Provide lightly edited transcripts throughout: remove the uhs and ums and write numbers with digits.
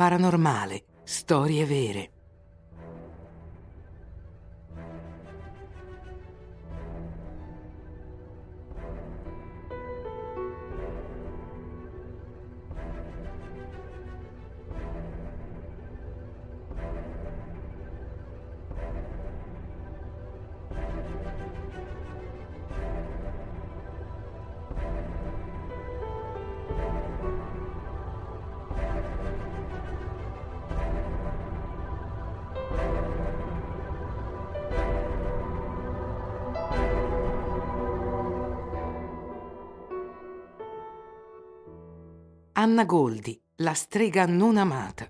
paranormale, storie vere. Anna Goldi, la strega non amata.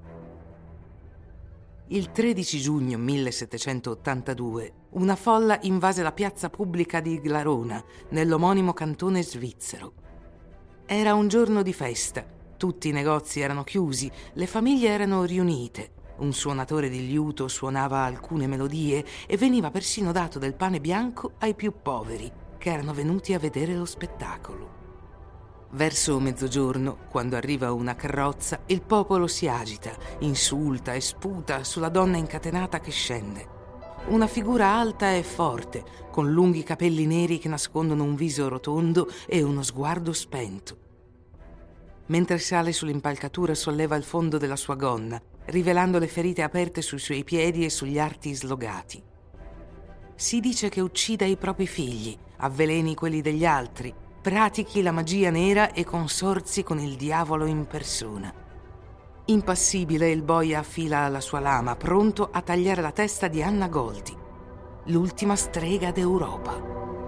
Il 13 giugno 1782 una folla invase la piazza pubblica di Glarona, nell'omonimo cantone svizzero. Era un giorno di festa, tutti i negozi erano chiusi, le famiglie erano riunite, un suonatore di liuto suonava alcune melodie e veniva persino dato del pane bianco ai più poveri, che erano venuti a vedere lo spettacolo. Verso mezzogiorno, quando arriva una carrozza, il popolo si agita, insulta e sputa sulla donna incatenata che scende. Una figura alta e forte, con lunghi capelli neri che nascondono un viso rotondo e uno sguardo spento. Mentre sale sull'impalcatura solleva il fondo della sua gonna, rivelando le ferite aperte sui suoi piedi e sugli arti slogati. Si dice che uccida i propri figli, avveleni quelli degli altri, pratichi la magia nera e consorzi con il diavolo in persona. Impassibile, il boia affila la sua lama, pronto a tagliare la testa di Anna Goldi, l'ultima strega d'Europa.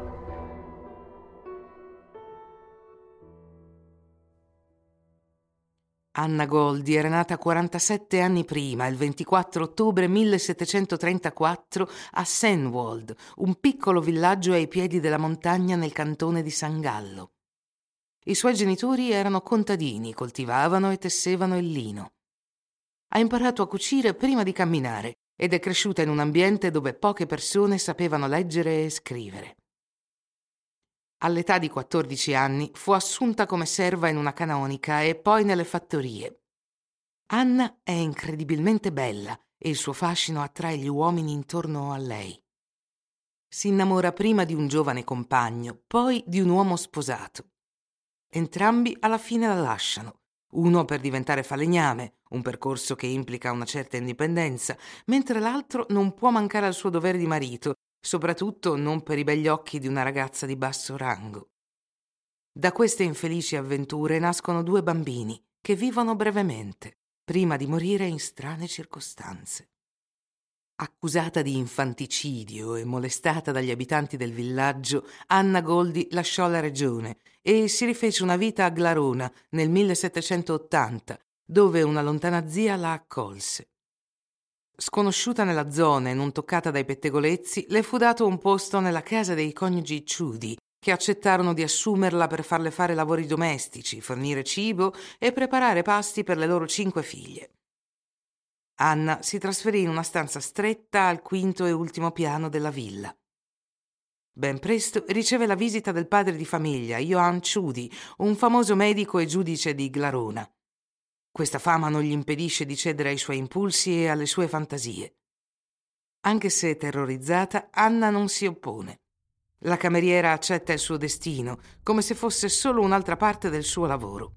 Anna Goldi era nata 47 anni prima, il 24 ottobre 1734, a Senwold, un piccolo villaggio ai piedi della montagna nel cantone di San Gallo. I suoi genitori erano contadini, coltivavano e tessevano il lino. Ha imparato a cucire prima di camminare ed è cresciuta in un ambiente dove poche persone sapevano leggere e scrivere. All'età di 14 anni fu assunta come serva in una canonica e poi nelle fattorie. Anna è incredibilmente bella e il suo fascino attrae gli uomini intorno a lei. Si innamora prima di un giovane compagno, poi di un uomo sposato. Entrambi alla fine la lasciano, uno per diventare falegname, un percorso che implica una certa indipendenza, mentre l'altro non può mancare al suo dovere di marito, soprattutto non per i begli occhi di una ragazza di basso rango. Da queste infelici avventure nascono 2 bambini che vivono brevemente, prima di morire in strane circostanze. Accusata di infanticidio e molestata dagli abitanti del villaggio, Anna Goldi lasciò la regione e si rifece una vita a Glarona nel 1780, dove una lontana zia la accolse. Sconosciuta nella zona e non toccata dai pettegolezzi, le fu dato un posto nella casa dei coniugi Ciudi, che accettarono di assumerla per farle fare lavori domestici, fornire cibo e preparare pasti per le loro 5 figlie. Anna si trasferì in una stanza stretta al quinto e ultimo piano della villa. Ben presto riceve la visita del padre di famiglia, Johann Ciudi, un famoso medico e giudice di Glarona. Questa fama non gli impedisce di cedere ai suoi impulsi e alle sue fantasie. Anche se terrorizzata, Anna non si oppone. La cameriera accetta il suo destino, come se fosse solo un'altra parte del suo lavoro.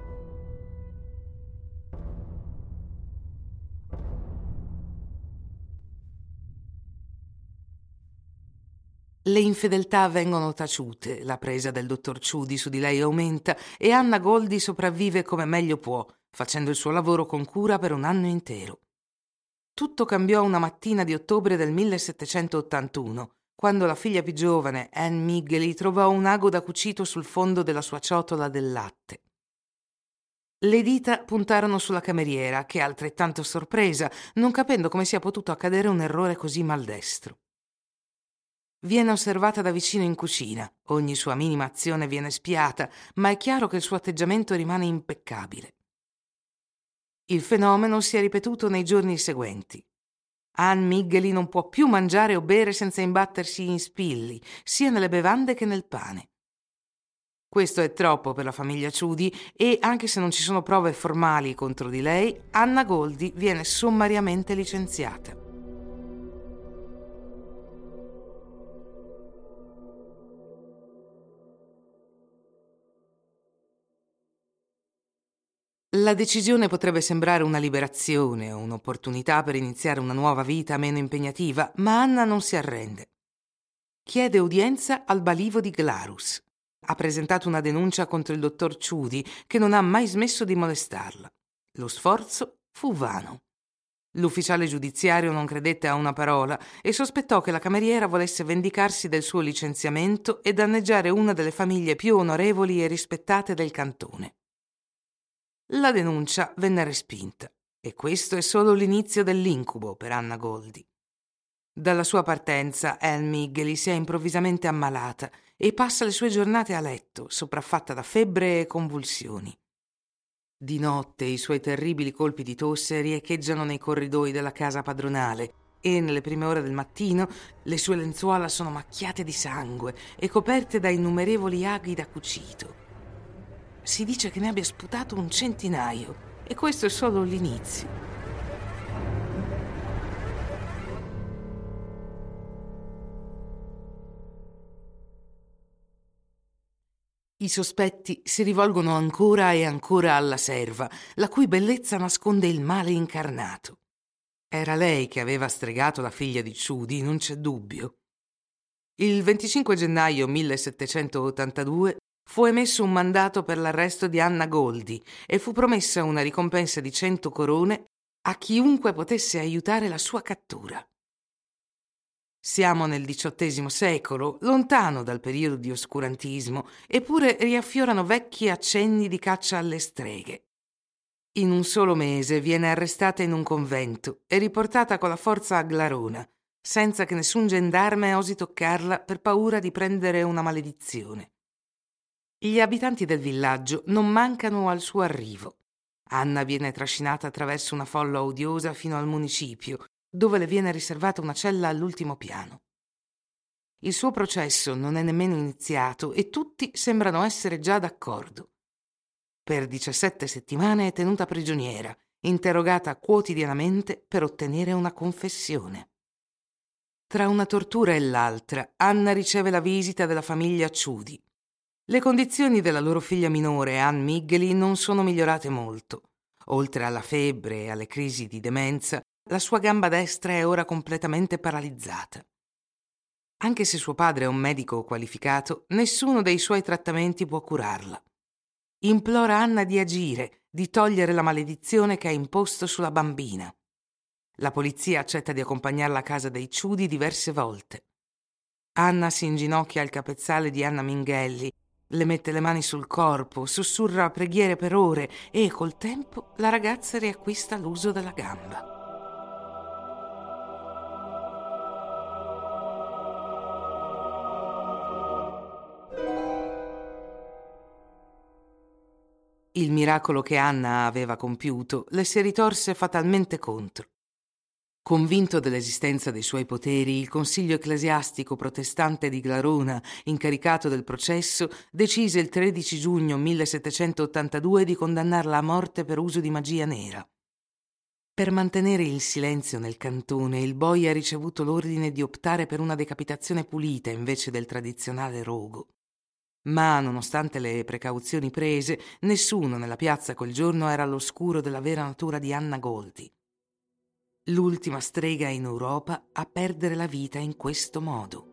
Le infedeltà vengono taciute, la presa del dottor Ciudi su di lei aumenta e Anna Goldi sopravvive come meglio può, facendo il suo lavoro con cura per un anno intero. Tutto cambiò una mattina di ottobre del 1781, quando la figlia più giovane, Anne Miggeli, trovò un ago da cucito sul fondo della sua ciotola del latte. Le dita puntarono sulla cameriera, che è altrettanto sorpresa, non capendo come sia potuto accadere un errore così maldestro. Viene osservata da vicino in cucina, ogni sua minima azione viene spiata, ma è chiaro che il suo atteggiamento rimane impeccabile. Il fenomeno si è ripetuto nei giorni seguenti. Anne Miggeli non può più mangiare o bere senza imbattersi in spilli, sia nelle bevande che nel pane. Questo è troppo per la famiglia Ciudi e, anche se non ci sono prove formali contro di lei, Anna Goldi viene sommariamente licenziata. La decisione potrebbe sembrare una liberazione o un'opportunità per iniziare una nuova vita meno impegnativa, ma Anna non si arrende. Chiede udienza al balivo di Glarus. Ha presentato una denuncia contro il dottor Ciudi, che non ha mai smesso di molestarla. Lo sforzo fu vano. L'ufficiale giudiziario non credette a una parola e sospettò che la cameriera volesse vendicarsi del suo licenziamento e danneggiare una delle famiglie più onorevoli e rispettate del cantone. La denuncia venne respinta e questo è solo l'inizio dell'incubo per Anna Goldi. Dalla sua partenza, Ann Miggeli si è improvvisamente ammalata e passa le sue giornate a letto, sopraffatta da febbre e convulsioni. Di notte i suoi terribili colpi di tosse riecheggiano nei corridoi della casa padronale e nelle prime ore del mattino le sue lenzuola sono macchiate di sangue e coperte da innumerevoli aghi da cucito. Si dice che ne abbia sputato un centinaio e questo è solo l'inizio. I sospetti si rivolgono ancora e ancora alla serva, la cui bellezza nasconde il male incarnato. Era lei che aveva stregato la figlia di Ciudi, non c'è dubbio. Il 25 gennaio 1782 fu emesso un mandato per l'arresto di Anna Goldi e fu promessa una ricompensa di 100 corone a chiunque potesse aiutare la sua cattura. Siamo nel XVIII secolo, lontano dal periodo di oscurantismo, eppure riaffiorano vecchi accenni di caccia alle streghe. In un solo mese viene arrestata in un convento e riportata con la forza a Glarona, senza che nessun gendarme osi toccarla per paura di prendere una maledizione. Gli abitanti del villaggio non mancano al suo arrivo. Anna viene trascinata attraverso una folla odiosa fino al municipio, dove le viene riservata una cella all'ultimo piano. Il suo processo non è nemmeno iniziato e tutti sembrano essere già d'accordo. Per 17 settimane è tenuta prigioniera, interrogata quotidianamente per ottenere una confessione. Tra una tortura e l'altra, Anna riceve la visita della famiglia Ciudi. Le condizioni della loro figlia minore, Ann Miggeli, non sono migliorate molto. Oltre alla febbre e alle crisi di demenza, la sua gamba destra è ora completamente paralizzata. Anche se suo padre è un medico qualificato, nessuno dei suoi trattamenti può curarla. Implora Anna di agire, di togliere la maledizione che ha imposto sulla bambina. La polizia accetta di accompagnarla a casa dei Ciudi diverse volte. Anna si inginocchia al capezzale di Anna Minghelli, le mette le mani sul corpo, sussurra preghiere per ore e col tempo la ragazza riacquista l'uso della gamba. Il miracolo che Anna aveva compiuto le si ritorse fatalmente contro. Convinto dell'esistenza dei suoi poteri, il Consiglio ecclesiastico protestante di Glarona, incaricato del processo, decise il 13 giugno 1782 di condannarla a morte per uso di magia nera. Per mantenere il silenzio nel cantone, il boia ha ricevuto l'ordine di optare per una decapitazione pulita invece del tradizionale rogo. Ma, nonostante le precauzioni prese, nessuno nella piazza quel giorno era all'oscuro della vera natura di Anna Goldi. L'ultima strega in Europa a perdere la vita in questo modo.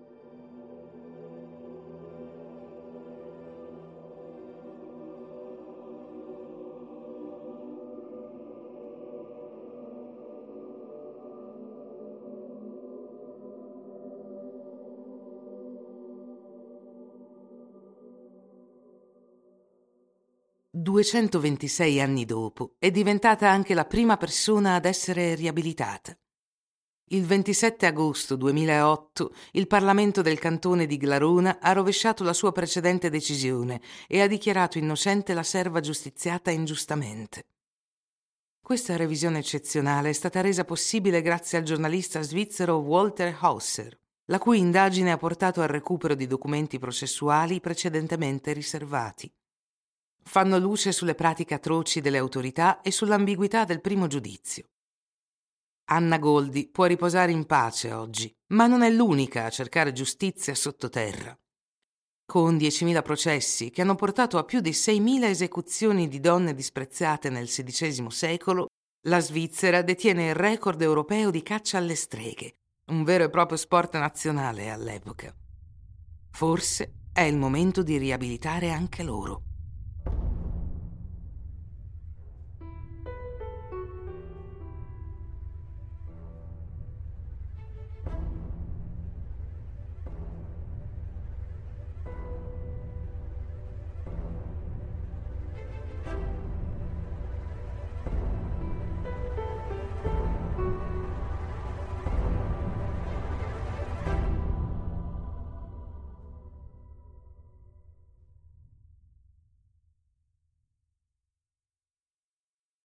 «226 anni dopo è diventata anche la prima persona ad essere riabilitata. Il 27 agosto 2008 il Parlamento del cantone di Glarona ha rovesciato la sua precedente decisione e ha dichiarato innocente la serva giustiziata ingiustamente. Questa revisione eccezionale è stata resa possibile grazie al giornalista svizzero Walter Hausser. la cui indagine ha portato al recupero di documenti processuali precedentemente riservati. Fanno luce sulle pratiche atroci delle autorità e sull'ambiguità del primo giudizio. Anna Goldi può riposare in pace oggi, ma non è l'unica a cercare giustizia sottoterra. Con 10.000 processi che hanno portato a più di 6.000 esecuzioni di donne disprezzate nel XVI secolo, la Svizzera detiene il record europeo di caccia alle streghe, un vero e proprio sport nazionale all'epoca. Forse è il momento di riabilitare anche loro.